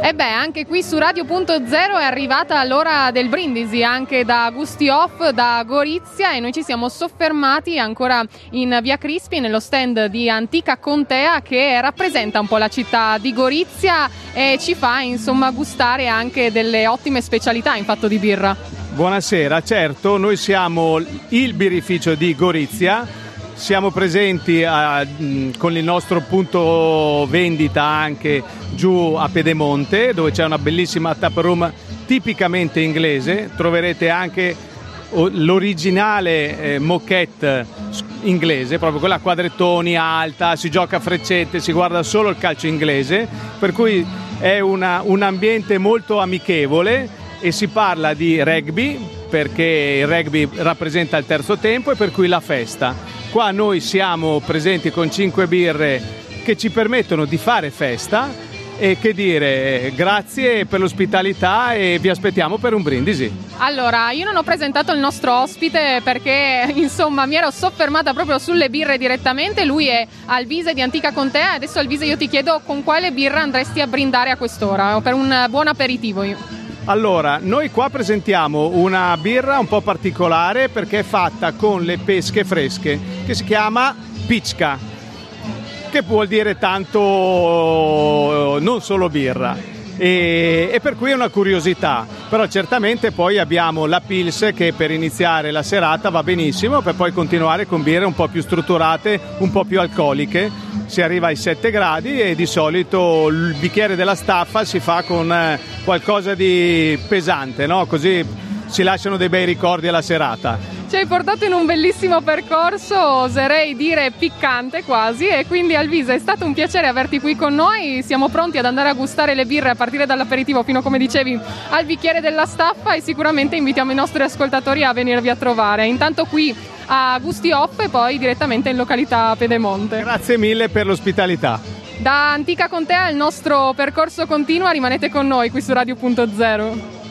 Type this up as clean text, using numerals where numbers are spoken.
E beh, anche qui su Radio.0 è arrivata l'ora del brindisi, anche da Gusti Off, da Gorizia, e noi ci siamo soffermati ancora in via Crispi, nello stand di Antica Contea, che rappresenta un po' la città di Gorizia e ci fa insomma gustare anche delle ottime specialità in fatto di birra. Buonasera, certo, noi siamo il birrificio di Gorizia. Siamo presenti con il nostro punto vendita anche giù a Pedemonte, dove c'è una bellissima taproom tipicamente inglese. Troverete anche l'originale moquette inglese, proprio quella a quadrettoni, alta, si gioca a freccette, si guarda solo il calcio inglese, per cui è un ambiente molto amichevole e si parla di rugby, perché il rugby rappresenta il terzo tempo e per cui la festa. Qua noi siamo presenti con 5 birre che ci permettono di fare festa e che dire, grazie per l'ospitalità e vi aspettiamo per un brindisi. Allora, io non ho presentato il nostro ospite perché insomma mi ero soffermata proprio sulle birre direttamente. Lui è Alvise di Antica Contea e adesso Alvise io ti chiedo con quale birra andresti a brindare a quest'ora per un buon aperitivo. Allora, noi qua presentiamo una birra un po' particolare perché è fatta con le pesche fresche, che si chiama Picca, che vuol dire tanto non solo birra. E per cui è una curiosità, però certamente poi abbiamo la Pils che per iniziare la serata va benissimo, per poi continuare con birre un po' più strutturate, un po' più alcoliche. Si arriva ai 7 gradi e di solito il bicchiere della staffa si fa con qualcosa di pesante, no? Così si lasciano dei bei ricordi alla serata. Ci hai portato in un bellissimo percorso, oserei dire piccante quasi, e quindi Alvise è stato un piacere averti qui con noi. Siamo pronti ad andare a gustare le birre a partire dall'aperitivo fino, come dicevi, al bicchiere della staffa, e sicuramente invitiamo i nostri ascoltatori a venirvi a trovare. Intanto qui a Gusti Off e poi direttamente in località Pedemonte. Grazie mille per l'ospitalità. Da Antica Contea il nostro percorso continua, rimanete con noi qui su Radio.0.